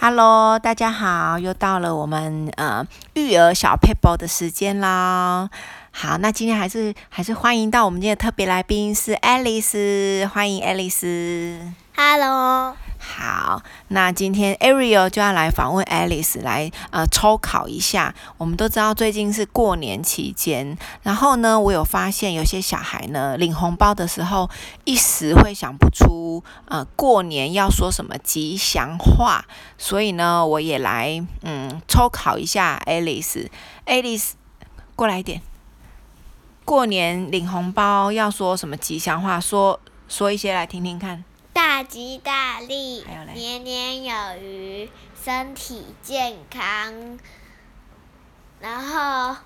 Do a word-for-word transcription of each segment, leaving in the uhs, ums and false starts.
Hello， 大家好，又到了我们呃育儿小 Pebble 的时间啦。好，那今天还是还是欢迎到我们今天的特别来宾是 Alice， 欢迎 Alice。 Hello。 好，那今天 Ariel 就要来访问 Alice， 来呃抽考一下。我们都知道最近是过年期间，然后呢，我有发现有些小孩呢领红包的时候，一时会想不出呃过年要说什么吉祥话，所以呢，我也来嗯抽考一下 Alice。Alice， 过来一点。过年领红包要说什么吉祥话？说说一些来听听看。 大吉大利， 还有嘞， 年年有余，身体健康，然后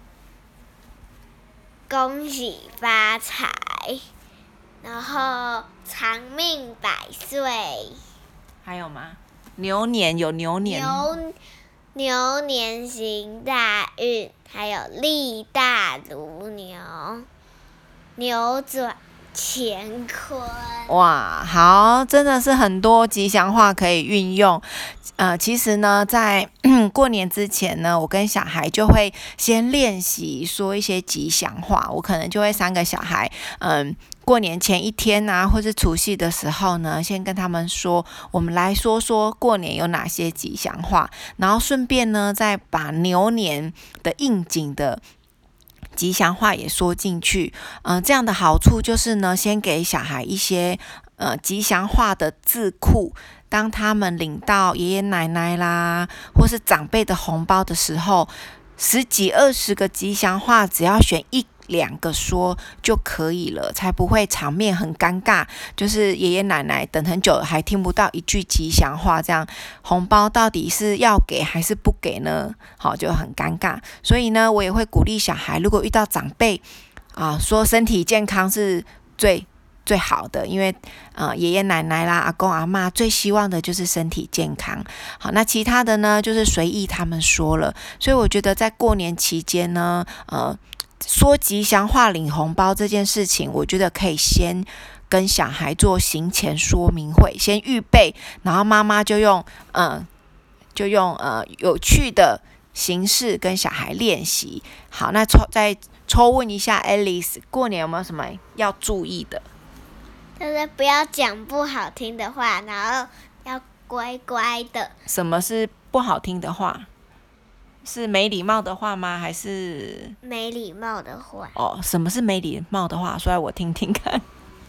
恭喜发财，然后长命百岁。 还有吗？牛年有牛年， 牛牛年行大运，还有力大如牛，扭转乾坤。 哇，好，真的是很多吉祥话可以运用。呃，其实呢，在过年之前呢，我跟小孩就会先练习说一些吉祥话。我可能就会三个小孩，嗯，过年前一天啊，或是除夕的时候呢，先跟他们说，我们来说说过年有哪些吉祥话，然后顺便呢，再把牛年的应景的吉祥话也说进去。嗯、呃，这样的好处就是呢，先给小孩一些呃吉祥话的字库，当他们领到爷爷奶奶啦，或是长辈的红包的时候，十几二十个吉祥话，只要选一两个说就可以了，才不会场面很尴尬，就是爷爷奶奶等很久还听不到一句吉祥话，这样红包到底是要给还是不给呢？好，就很尴尬。所以呢，我也会鼓励小孩，如果遇到长辈啊，说身体健康是最最好的，因为呃爷爷奶奶啦、阿公阿嬷最希望的就是身体健康。好，那其他的呢，就是随意他们说了。所以我觉得在过年期间呢，呃。说吉祥话领红包这件事情，我觉得可以先跟小孩做行前说明会，先预备，然后妈妈就用嗯，就用呃有趣的形式跟小孩练习。好，那抽再抽问一下 Alice， 过年有没有什么要注意的？ 就是不要讲不好听的话，然后要乖乖的。 什么是不好听的话？是没礼貌的话吗？还是没礼貌的话？ 哦，什么是没礼貌的话？说来我听听看。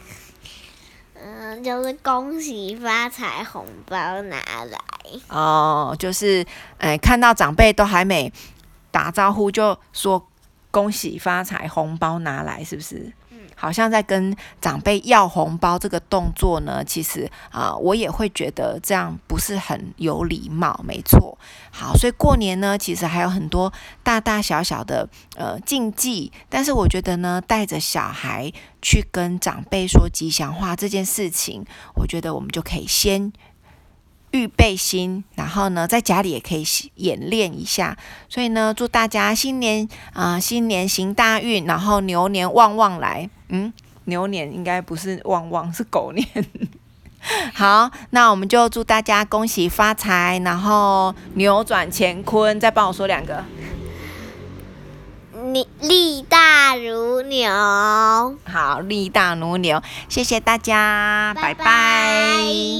嗯，就是恭喜发财，红包拿来。 哦，就是，哎，看到长辈都还没打招呼，就说恭喜发财，红包拿来，是不是？好像在跟长辈要红包这个动作呢，其实啊、呃，我也会觉得这样不是很有礼貌，没错。好，所以过年呢，其实还有很多大大小小的呃禁忌，但是我觉得呢，带着小孩去跟长辈说吉祥话这件事情，我觉得我们就可以先预备心，然后呢，在家里也可以演练一下。所以呢，祝大家新年啊、呃，新年行大运，然后牛年旺旺来。嗯，牛年应该不是旺旺，是狗年。好，那我们就祝大家恭喜发财，然后扭转乾坤。再帮我说两个。 你力大如牛。 好，力大如牛。谢谢大家，拜拜。 拜拜。